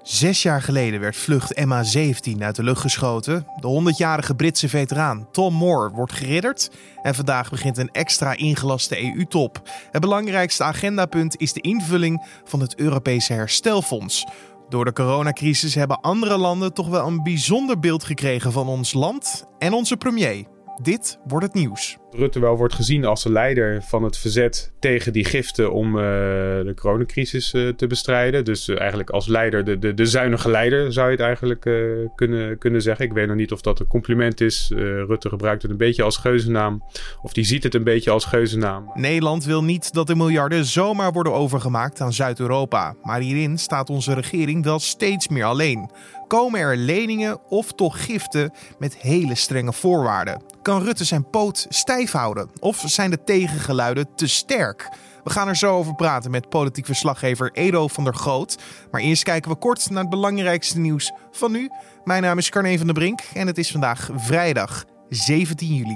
6 jaar geleden werd vlucht MH17 uit de lucht geschoten. De 100-jarige Britse veteraan Tom Moore wordt geridderd. En vandaag begint een extra ingelaste EU-top. Het belangrijkste agendapunt is de invulling van het Europese herstelfonds. Door de coronacrisis hebben andere landen toch wel een bijzonder beeld gekregen van ons land en onze premier. Dit wordt het nieuws. Rutte wel wordt gezien als de leider van het verzet tegen die giften om de coronacrisis te bestrijden. Dus eigenlijk als leider, de zuinige leider zou je het eigenlijk kunnen zeggen. Ik weet nog niet of dat een compliment is. Rutte gebruikt het een beetje als geuzennaam. Of die ziet het een beetje als geuzennaam. Nederland wil niet dat de miljarden zomaar worden overgemaakt aan Zuid-Europa. Maar hierin staat onze regering wel steeds meer alleen. Komen er leningen of toch giften met hele strenge voorwaarden? Kan Rutte zijn poot stijf houden? Of zijn de tegengeluiden te sterk? We gaan er zo over praten met politiek verslaggever Edo van der Goot. Maar eerst kijken we kort naar het belangrijkste nieuws van nu. Mijn naam is Carne van der Brink en het is vandaag vrijdag 17 juli.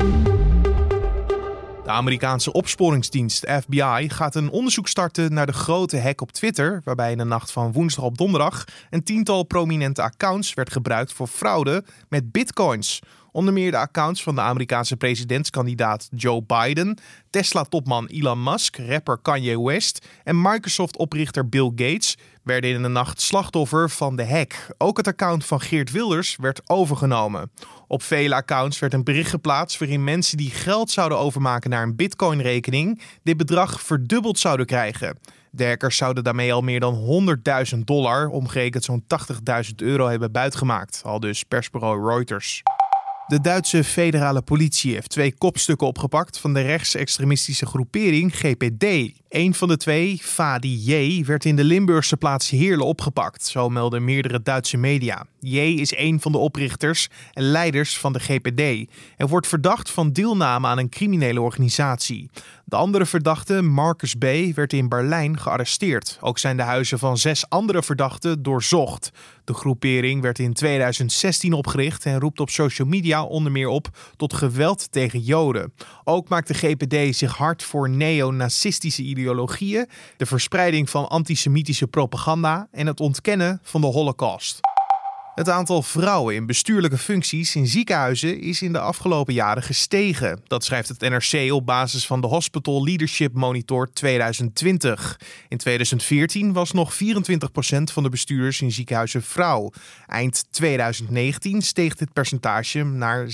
De Amerikaanse opsporingsdienst FBI gaat een onderzoek starten naar de grote hack op Twitter, waarbij in de nacht van woensdag op donderdag een tiental prominente accounts werd gebruikt voor fraude met bitcoins. Onder meer de accounts van de Amerikaanse presidentskandidaat Joe Biden, Tesla-topman Elon Musk, rapper Kanye West en Microsoft-oprichter Bill Gates werden in de nacht slachtoffer van de hack. Ook het account van Geert Wilders werd overgenomen. Op vele accounts werd een bericht geplaatst waarin mensen die geld zouden overmaken naar een bitcoin-rekening dit bedrag verdubbeld zouden krijgen. De hackers zouden daarmee al meer dan $100.000, omgerekend zo'n €80.000 hebben buitgemaakt, aldus persbureau Reuters. De Duitse federale politie heeft 2 kopstukken opgepakt van de rechtsextremistische groepering GPD. Een van de 2, Fadi J, werd in de Limburgse plaats Heerlen opgepakt, zo melden meerdere Duitse media. J is een van de oprichters en leiders van de GPD en wordt verdacht van deelname aan een criminele organisatie. De andere verdachte, Marcus B., werd in Berlijn gearresteerd. Ook zijn de huizen van 6 andere verdachten doorzocht. De groepering werd in 2016 opgericht en roept op social media onder meer op tot geweld tegen Joden. Ook maakt de GPD zich hard voor neonazistische ideologieën, de verspreiding van antisemitische propaganda en het ontkennen van de Holocaust. Het aantal vrouwen in bestuurlijke functies in ziekenhuizen is in de afgelopen jaren gestegen. Dat schrijft het NRC op basis van de Hospital Leadership Monitor 2020. In 2014 was nog 24% van de bestuurders in ziekenhuizen vrouw. Eind 2019 steeg dit percentage naar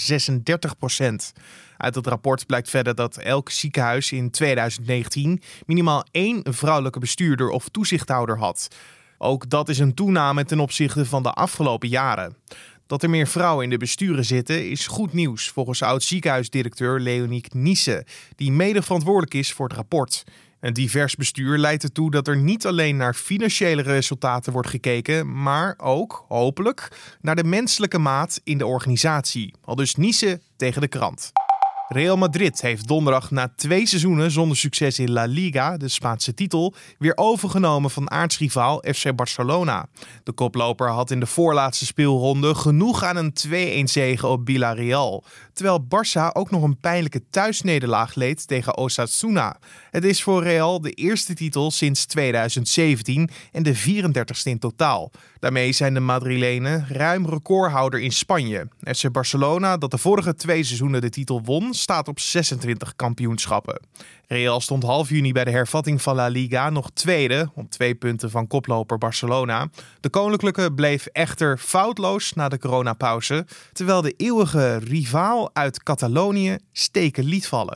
36%. Uit het rapport blijkt verder dat elk ziekenhuis in 2019 minimaal 1 vrouwelijke bestuurder of toezichthouder had. Ook dat is een toename ten opzichte van de afgelopen jaren. Dat er meer vrouwen in de besturen zitten is goed nieuws, volgens oud-ziekenhuisdirecteur Leoniek Niesse, die mede verantwoordelijk is voor het rapport. Een divers bestuur leidt ertoe dat er niet alleen naar financiële resultaten wordt gekeken, maar ook, hopelijk, naar de menselijke maat in de organisatie. Aldus Niesse tegen de krant. Real Madrid heeft donderdag na 2 seizoenen zonder succes in La Liga, de Spaanse titel, weer overgenomen van aartsrivaal FC Barcelona. De koploper had in de voorlaatste speelronde genoeg aan een 2-1 zege op Villarreal, terwijl Barça ook nog een pijnlijke thuisnederlaag leed tegen Osasuna. Het is voor Real de eerste titel sinds 2017 en de 34ste in totaal. Daarmee zijn de Madrilenen ruim recordhouder in Spanje. FC Barcelona, dat de vorige 2 seizoenen de titel won, staat op 26 kampioenschappen. Real stond half juni bij de hervatting van La Liga nog tweede, op 2 punten van koploper Barcelona. De Koninklijke bleef echter foutloos na de coronapauze, terwijl de eeuwige rivaal uit Catalonië steken liet vallen.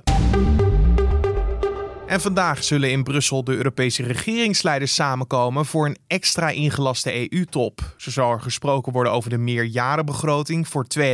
En vandaag zullen in Brussel de Europese regeringsleiders samenkomen voor een extra ingelaste EU-top. Zo zal er gesproken worden over de meerjarenbegroting voor 2021-2027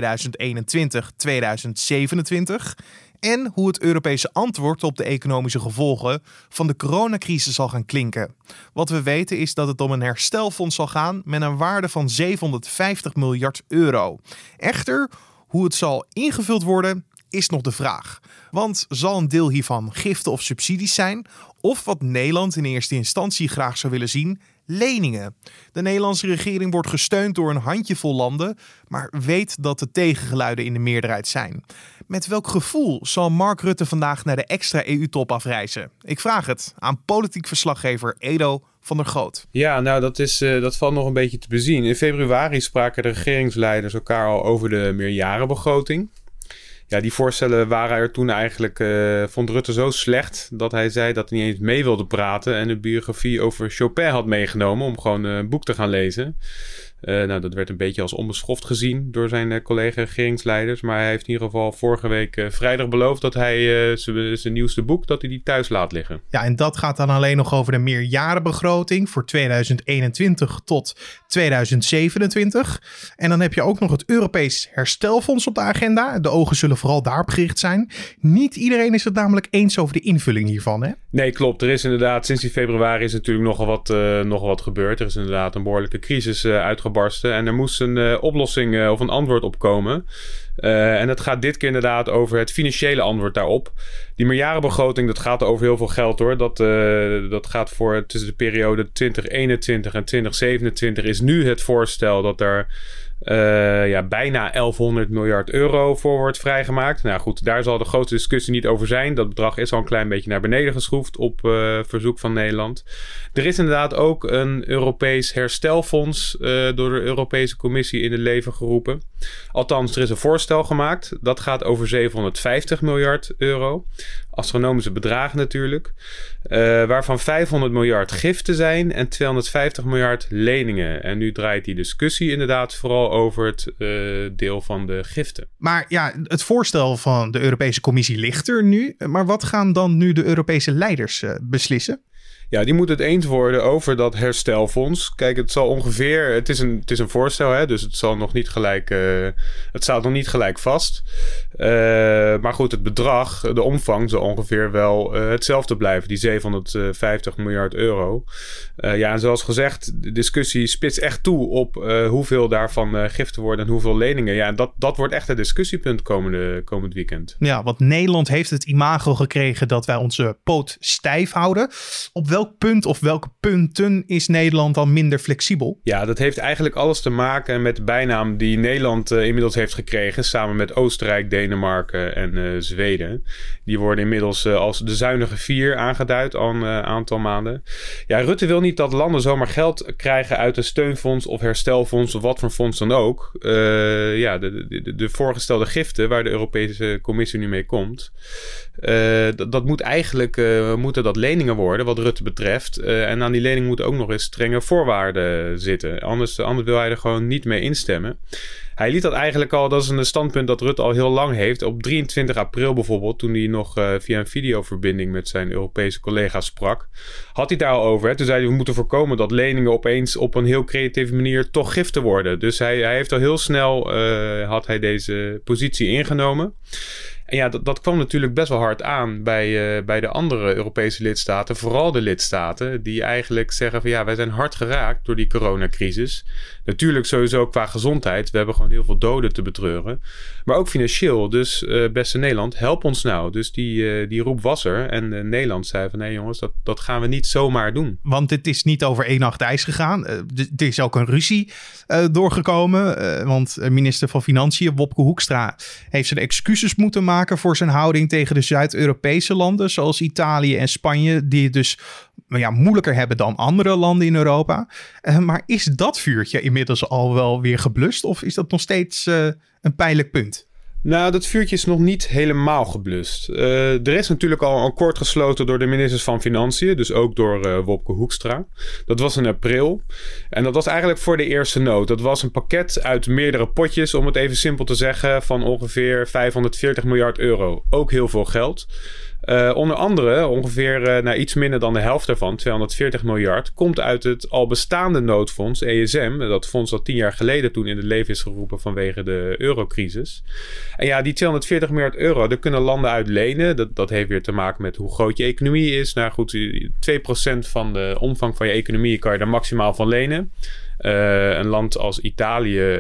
en hoe het Europese antwoord op de economische gevolgen van de coronacrisis zal gaan klinken. Wat we weten is dat het om een herstelfonds zal gaan met een waarde van €750 miljard. Echter, hoe het zal ingevuld worden, is nog de vraag. Want zal een deel hiervan giften of subsidies zijn? Of wat Nederland in eerste instantie graag zou willen zien, leningen. De Nederlandse regering wordt gesteund door een handjevol landen, maar weet dat de tegengeluiden in de meerderheid zijn. Met welk gevoel zal Mark Rutte vandaag naar de extra EU-top afreizen? Ik vraag het aan politiek verslaggever Edo van der Goot. Ja, nou dat valt nog een beetje te bezien. In februari spraken de regeringsleiders elkaar al over de meerjarenbegroting. Ja, die voorstellen waren er toen eigenlijk, vond Rutte zo slecht dat hij zei dat hij niet eens mee wilde praten en een biografie over Chopin had meegenomen om gewoon een boek te gaan lezen. Dat werd een beetje als onbeschoft gezien door zijn collega-regeringsleiders. Maar hij heeft in ieder geval vorige week vrijdag beloofd dat hij zijn nieuwste boek, dat hij die thuis laat liggen. Ja, en dat gaat dan alleen nog over de meerjarenbegroting voor 2021 tot 2027. En dan heb je ook nog het Europees Herstelfonds op de agenda. De ogen zullen vooral daarop gericht zijn. Niet iedereen is het namelijk eens over de invulling hiervan, hè? Nee, klopt. Er is inderdaad, sinds die februari is natuurlijk nogal wat gebeurd. Er is inderdaad een behoorlijke crisis uitgebarsten. En er moest een oplossing of een antwoord op komen. En het gaat dit keer inderdaad over het financiële antwoord daarop. Die meerjarenbegroting, dat gaat over heel veel geld hoor. Dat gaat voor tussen de periode 2021 en 2027 is nu het voorstel dat er bijna 1100 miljard euro voor wordt vrijgemaakt. Nou goed, daar zal de grote discussie niet over zijn. Dat bedrag is al een klein beetje naar beneden geschroefd op verzoek van Nederland. Er is inderdaad ook een Europees herstelfonds door de Europese Commissie in het leven geroepen. Althans, er is een voorstel gemaakt. Dat gaat over 750 miljard euro. Astronomische bedragen natuurlijk. Waarvan 500 miljard giften zijn en 250 miljard leningen. En nu draait die discussie inderdaad vooral over het deel van de giften. Maar ja, het voorstel van de Europese Commissie ligt er nu. Maar wat gaan dan nu de Europese leiders beslissen? Ja, die moeten het eens worden over dat herstelfonds. Kijk, het zal ongeveer... Het is een voorstel, hè, dus het zal nog niet gelijk... het staat nog niet gelijk vast. Maar goed, het bedrag, de omvang zal ongeveer wel hetzelfde blijven. Die 750 miljard euro. En zoals gezegd, de discussie spitst echt toe op hoeveel daarvan giften worden en hoeveel leningen. Ja, dat wordt echt het discussiepunt komend weekend. Ja, want Nederland heeft het imago gekregen dat wij onze poot stijf houden. Op welk punt of welke punten is Nederland dan minder flexibel? Ja, dat heeft eigenlijk alles te maken met de bijnaam die Nederland inmiddels heeft gekregen, samen met Oostenrijk, Denemarken en Zweden. Die worden inmiddels als de zuinige vier aangeduid al een aantal maanden. Ja, Rutte wil niet dat landen zomaar geld krijgen uit een steunfonds of herstelfonds of wat voor fonds dan ook. De voorgestelde giften waar de Europese Commissie nu mee komt, dat moet eigenlijk moeten dat leningen worden wat Rutte betreft. En aan die lening moeten ook nog eens strenge voorwaarden zitten. Anders wil hij er gewoon niet mee instemmen. Hij liet dat eigenlijk al, dat is een standpunt dat Rutte al heel lang heeft. Op 23 april bijvoorbeeld, toen hij nog via een videoverbinding met zijn Europese collega's sprak, had hij daar al over. Hè? Toen zei hij, we moeten voorkomen dat leningen opeens op een heel creatieve manier toch giften worden. Dus hij heeft al heel snel, had hij deze positie ingenomen. En ja, dat kwam natuurlijk best wel hard aan bij de andere Europese lidstaten. Vooral de lidstaten die eigenlijk zeggen van ja, wij zijn hard geraakt door die coronacrisis. Natuurlijk sowieso qua gezondheid. We hebben gewoon heel veel doden te betreuren. Maar ook financieel. Dus beste Nederland, help ons nou. Dus die roep was er. En Nederland zei van nee jongens, dat gaan we niet zomaar doen. Want het is niet over één nacht ijs gegaan. Er is ook een ruzie doorgekomen. Want minister van Financiën, Wopke Hoekstra, heeft zijn excuses moeten maken voor zijn houding tegen de Zuid-Europese landen, zoals Italië en Spanje, die het dus moeilijker hebben dan andere landen in Europa. Maar is dat vuurtje inmiddels al wel weer geblust of is dat nog steeds een pijnlijk punt? Nou, dat vuurtje is nog niet helemaal geblust. Er is natuurlijk al een akkoord gesloten door de ministers van Financiën. Dus ook door Wopke Hoekstra. Dat was in april. En dat was eigenlijk voor de eerste nood. Dat was een pakket uit meerdere potjes, om het even simpel te zeggen, van ongeveer 540 miljard euro. Ook heel veel geld. Onder andere ongeveer iets minder dan de helft daarvan, 240 miljard, komt uit het al bestaande noodfonds, ESM. Dat fonds dat 10 jaar geleden toen in het leven is geroepen vanwege de eurocrisis. En ja, die 240 miljard euro, daar kunnen landen uit lenen. Dat heeft weer te maken met hoe groot je economie is. Nou goed, 2% van de omvang van je economie kan je daar maximaal van lenen. Een land als Italië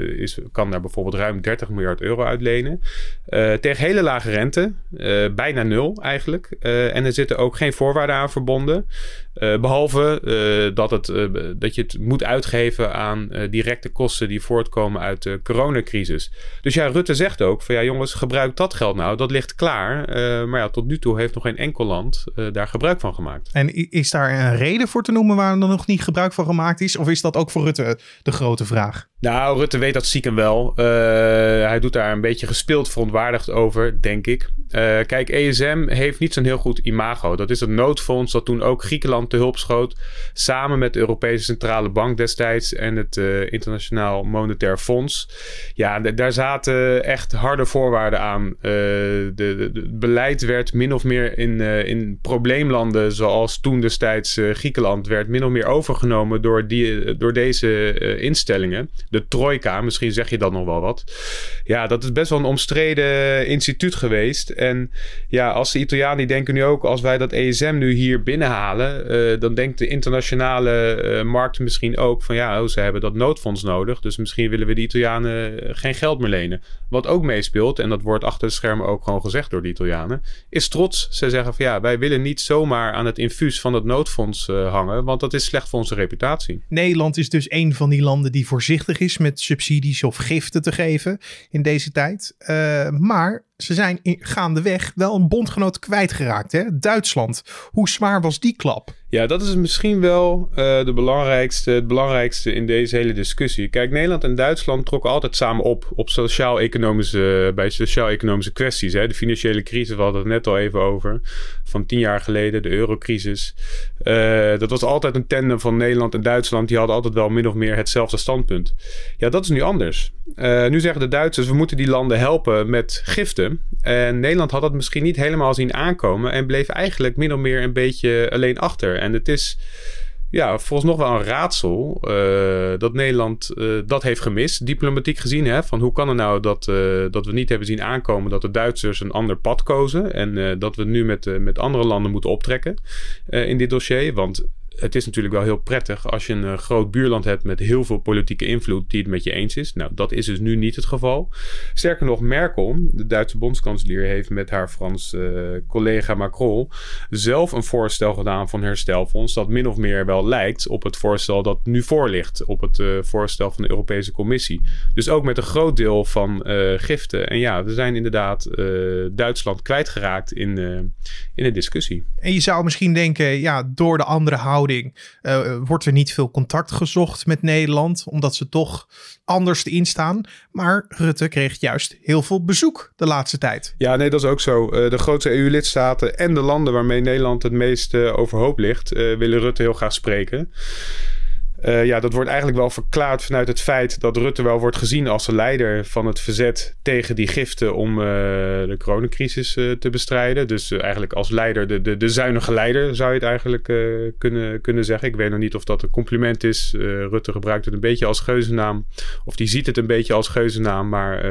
kan daar bijvoorbeeld ruim 30 miljard euro uitlenen. Tegen hele lage rente. Bijna nul eigenlijk. En er zitten ook geen voorwaarden aan verbonden. Behalve dat je het moet uitgeven aan directe kosten die voortkomen uit de coronacrisis. Dus ja, Rutte zegt ook van ja jongens, gebruik dat geld nou. Dat ligt klaar. Maar ja, tot nu toe heeft nog geen enkel land daar gebruik van gemaakt. En is daar een reden voor te noemen waarom er nog niet gebruik van gemaakt is? Of is dat ook voor Rutte de grote vraag? Nou, Rutte weet dat stiekem wel. Hij doet daar een beetje gespeeld verontwaardigd over, denk ik. Kijk, ESM heeft niet zo'n heel goed imago. Dat is het noodfonds dat toen ook Griekenland te hulp schoot. Samen met de Europese Centrale Bank destijds en het Internationaal Monetair Fonds. Ja, daar zaten echt harde voorwaarden aan. Het beleid werd min of meer in probleemlanden, zoals toen destijds Griekenland, werd min of meer overgenomen door deze instellingen. De trojka, misschien zeg je dat nog wel wat. Ja, dat is best wel een omstreden instituut geweest. En ja, als de Italianen die denken nu ook, als wij dat ESM nu hier binnenhalen, dan denkt de internationale markt misschien ook van ja, ze hebben dat noodfonds nodig. Dus misschien willen we de Italianen geen geld meer lenen. Wat ook meespeelt, en dat wordt achter de schermen ook gewoon gezegd door de Italianen, is trots. Ze zeggen van ja, wij willen niet zomaar aan het infuus van het noodfonds hangen, want dat is slecht voor onze reputatie. Nederland is dus een van die landen die voorzichtig is met subsidies of giften te geven in deze tijd. Maar ze zijn gaandeweg wel een bondgenoot kwijtgeraakt. Hè? Duitsland. Hoe zwaar was die klap? Ja, dat is misschien wel het belangrijkste in deze hele discussie. Kijk, Nederland en Duitsland trokken altijd samen op bij sociaal-economische kwesties. Hè. De financiële crisis, we hadden het net al even over, van 10 jaar geleden, de eurocrisis. Dat was altijd een tandem van Nederland en Duitsland. Die hadden altijd wel min of meer hetzelfde standpunt. Ja, dat is nu anders. Nu zeggen de Duitsers, we moeten die landen helpen met giften. En Nederland had dat misschien niet helemaal zien aankomen en bleef eigenlijk min of meer een beetje alleen achter. En het is volgens nog wel een raadsel dat Nederland dat heeft gemist. Diplomatiek gezien, hè, van hoe kan het nou dat we niet hebben zien aankomen dat de Duitsers een ander pad kozen. En dat we nu met andere landen moeten optrekken in dit dossier. Want het is natuurlijk wel heel prettig als je een groot buurland hebt met heel veel politieke invloed die het met je eens is. Nou, dat is dus nu niet het geval. Sterker nog, Merkel, de Duitse bondskanselier, heeft met haar Franse collega Macron zelf een voorstel gedaan van herstelfonds dat min of meer wel lijkt op het voorstel dat nu voor ligt. Op het voorstel van de Europese Commissie. Dus ook met een groot deel van giften. En ja, we zijn inderdaad Duitsland kwijtgeraakt in de discussie. En je zou misschien denken, ja, door de andere houding wordt er niet veel contact gezocht met Nederland, omdat ze toch anders erin staan. Maar Rutte kreeg juist heel veel bezoek de laatste tijd. Ja, nee, dat is ook zo. De grootste EU-lidstaten en de landen waarmee Nederland het meest overhoop ligt, willen Rutte heel graag spreken. Dat wordt eigenlijk wel verklaard vanuit het feit dat Rutte wel wordt gezien als de leider van het verzet tegen die giften om de coronacrisis te bestrijden. Dus eigenlijk als leider, de zuinige leider zou je het eigenlijk kunnen zeggen. Ik weet nog niet of dat een compliment is. Rutte gebruikt het een beetje als geuzennaam. Of die ziet het een beetje als geuzennaam. Maar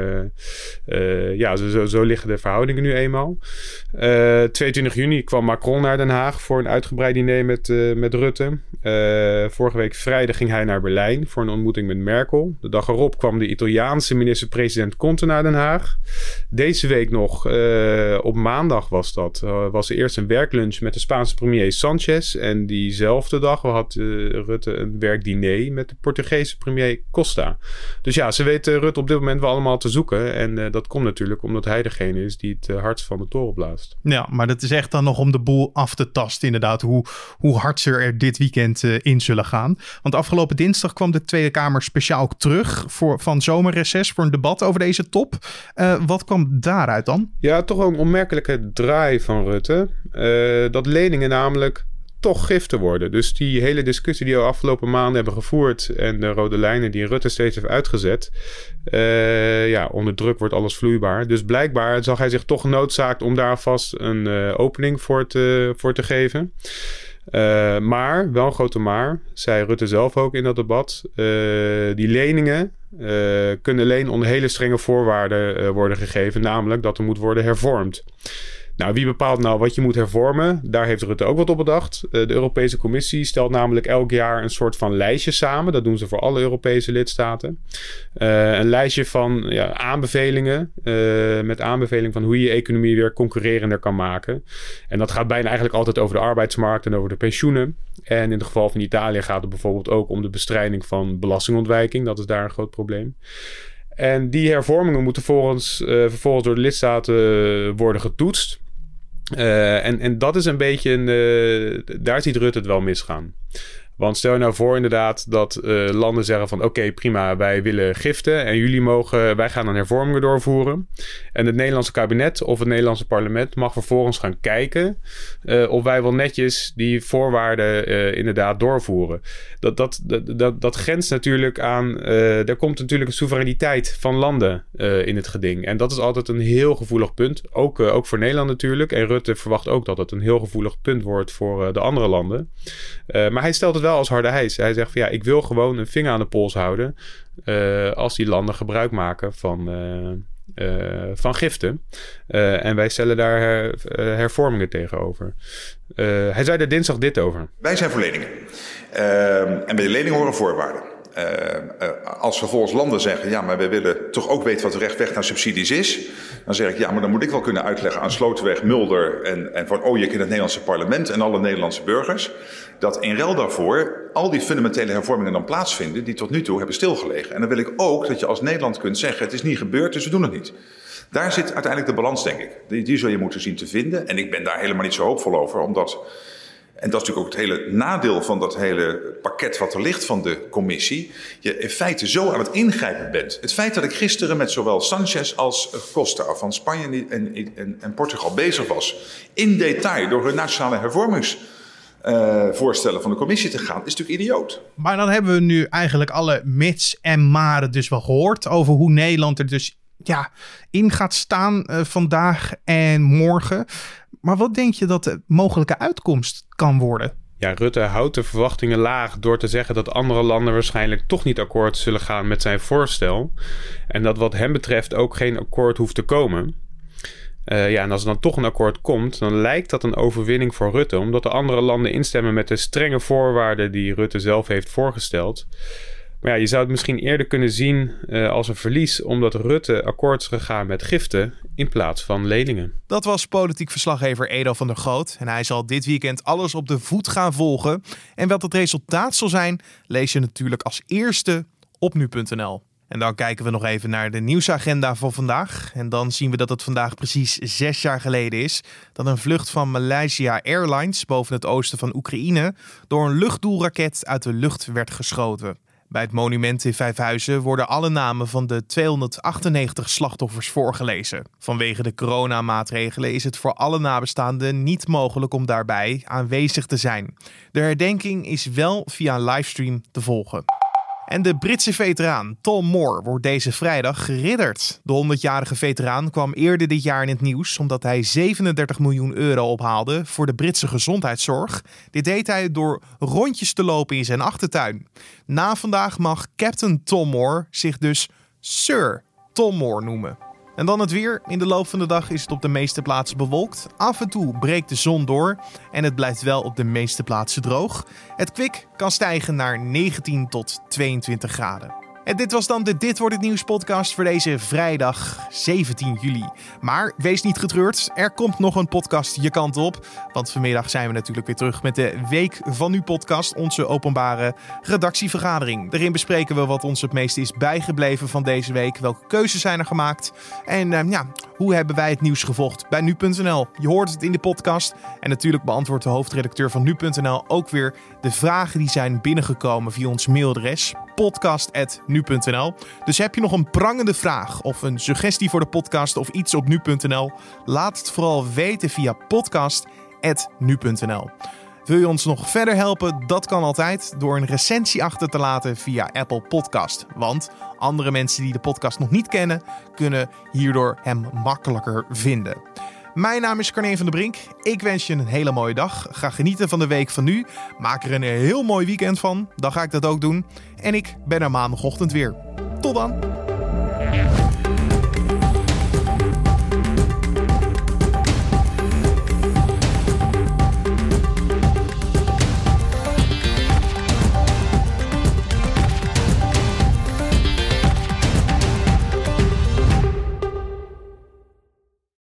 zo liggen de verhoudingen nu eenmaal. 22 juni kwam Macron naar Den Haag voor een uitgebreid diner met Rutte. Vorige week vrijdag ging hij naar Berlijn voor een ontmoeting met Merkel. De dag erop kwam de Italiaanse minister-president Conte naar Den Haag. Deze week nog, op maandag was er eerst een werklunch met de Spaanse premier Sanchez. En diezelfde dag had Rutte een werkdiner met de Portugese premier Costa. Dus ja, ze weten Rutte op dit moment wel allemaal te zoeken. En dat komt natuurlijk omdat hij degene is die het hardst van de toren blaast. Ja, maar dat is echt dan nog om de boel af te tasten inderdaad. Hoe hard ze er dit weekend in zullen gaan. Want afgelopen dinsdag kwam de Tweede Kamer speciaal ook terug van zomerreces voor een debat over deze top. Wat kwam daaruit dan? Ja, toch ook een onmerkelijke draai van Rutte. Dat leningen namelijk toch giften worden. Dus die hele discussie die we afgelopen maanden hebben gevoerd en de rode lijnen die Rutte steeds heeft uitgezet. Onder druk wordt alles vloeibaar. Dus blijkbaar zag hij zich toch genoodzaakt om daar vast een opening voor te geven. Maar, wel een grote maar, zei Rutte zelf ook in dat debat. Die leningen kunnen alleen onder hele strenge voorwaarden worden gegeven. Namelijk dat er moet worden hervormd. Nou, wie bepaalt nou wat je moet hervormen? Daar heeft Rutte ook wat op bedacht. De Europese Commissie stelt namelijk elk jaar een soort van lijstje samen. Dat doen ze voor alle Europese lidstaten. Een lijstje van aanbevelingen. Met aanbevelingen van hoe je je economie weer concurrerender kan maken. En dat gaat bijna eigenlijk altijd over de arbeidsmarkt en over de pensioenen. En in het geval van Italië gaat het bijvoorbeeld ook om de bestrijding van belastingontwijking. Dat is daar een groot probleem. En die hervormingen moeten vervolgens door de lidstaten worden getoetst. En dat is een beetje daar ziet Rutte het wel misgaan. Want stel je nou voor inderdaad dat landen zeggen van oké, prima, wij willen giften en wij gaan dan hervormingen doorvoeren. En het Nederlandse kabinet of het Nederlandse parlement mag vervolgens gaan kijken of wij wel netjes die voorwaarden inderdaad doorvoeren. Dat grenst natuurlijk aan, er komt natuurlijk een soevereiniteit van landen in het geding. En dat is altijd een heel gevoelig punt, ook voor Nederland natuurlijk. En Rutte verwacht ook dat het een heel gevoelig punt wordt voor de andere landen. Maar hij stelt het wel als harde hijs. Hij zegt van ik wil gewoon een vinger aan de pols houden als die landen gebruik maken van giften. En wij stellen daar hervormingen tegenover. Hij zei er dinsdag dit over. Wij zijn voor leningen. En bij de lening horen voorwaarden. Als vervolgens landen zeggen, maar wij willen toch ook weten wat de weg naar subsidies is. Dan zeg ik, maar dan moet ik wel kunnen uitleggen aan Sloterweg, Mulder en Van Ooyek in het Nederlandse parlement en alle Nederlandse burgers, dat in ruil daarvoor al die fundamentele hervormingen dan plaatsvinden die tot nu toe hebben stilgelegen. En dan wil ik ook dat je als Nederland kunt zeggen, het is niet gebeurd, dus we doen het niet. Daar zit uiteindelijk de balans, denk ik. Die zul je moeten zien te vinden. En ik ben daar helemaal niet zo hoopvol over, omdat, en dat is natuurlijk ook het hele nadeel van dat hele pakket wat er ligt van de commissie, je in feite zo aan het ingrijpen bent. Het feit dat ik gisteren met zowel Sanchez als Costa van Spanje en Portugal bezig was, in detail door hun nationale hervormingsvoorstellen van de commissie te gaan, is natuurlijk idioot. Maar dan hebben we nu eigenlijk alle mits en maren dus wel gehoord over hoe Nederland er dus in gaat staan vandaag en morgen. Maar wat denk je dat de mogelijke uitkomst kan worden? Ja, Rutte houdt de verwachtingen laag door te zeggen dat andere landen waarschijnlijk toch niet akkoord zullen gaan met zijn voorstel. En dat wat hem betreft ook geen akkoord hoeft te komen. En als er dan toch een akkoord komt, dan lijkt dat een overwinning voor Rutte, omdat de andere landen instemmen met de strenge voorwaarden die Rutte zelf heeft voorgesteld. Maar je zou het misschien eerder kunnen zien als een verlies, omdat Rutte akkoord is gegaan met giften in plaats van leningen. Dat was politiek verslaggever Edo van der Goot. En hij zal dit weekend alles op de voet gaan volgen. En wat het resultaat zal zijn, lees je natuurlijk als eerste op nu.nl. En dan kijken we nog even naar de nieuwsagenda voor vandaag. En dan zien we dat het vandaag precies 6 jaar geleden is dat een vlucht van Malaysia Airlines boven het oosten van Oekraïne door een luchtdoelraket uit de lucht werd geschoten. Bij het monument in Vijfhuizen worden alle namen van de 298 slachtoffers voorgelezen. Vanwege de coronamaatregelen is het voor alle nabestaanden niet mogelijk om daarbij aanwezig te zijn. De herdenking is wel via een livestream te volgen. En de Britse veteraan Tom Moore wordt deze vrijdag geridderd. De 100-jarige veteraan kwam eerder dit jaar in het nieuws omdat hij 37 miljoen euro ophaalde voor de Britse gezondheidszorg. Dit deed hij door rondjes te lopen in zijn achtertuin. Na vandaag mag Captain Tom Moore zich dus Sir Tom Moore noemen. En dan het weer. In de loop van de dag is het op de meeste plaatsen bewolkt. Af en toe breekt de zon door en het blijft wel op de meeste plaatsen droog. Het kwik kan stijgen naar 19 tot 22 graden. En dit was dan de Dit Wordt Het Nieuws podcast voor deze vrijdag 17 juli. Maar wees niet getreurd, er komt nog een podcast je kant op. Want vanmiddag zijn we natuurlijk weer terug met de Week van Nu podcast, onze openbare redactievergadering. Daarin bespreken we wat ons het meest is bijgebleven van deze week. Welke keuzes zijn er gemaakt? En hoe hebben wij het nieuws gevolgd bij Nu.nl? Je hoort het in de podcast. En natuurlijk beantwoordt de hoofdredacteur van Nu.nl ook weer de vragen die zijn binnengekomen via ons mailadres podcast@nu.nl. Dus heb je nog een prangende vraag of een suggestie voor de podcast of iets op nu.nl? Laat het vooral weten via podcast@nu.nl. Wil je ons nog verder helpen? Dat kan altijd door een recensie achter te laten via Apple Podcast. Want andere mensen die de podcast nog niet kennen, kunnen hierdoor hem makkelijker vinden. Mijn naam is Carne van der Brink. Ik wens je een hele mooie dag. Ga genieten van de Week van Nu. Maak er een heel mooi weekend van. Dan ga ik dat ook doen. En ik ben er maandagochtend weer. Tot dan!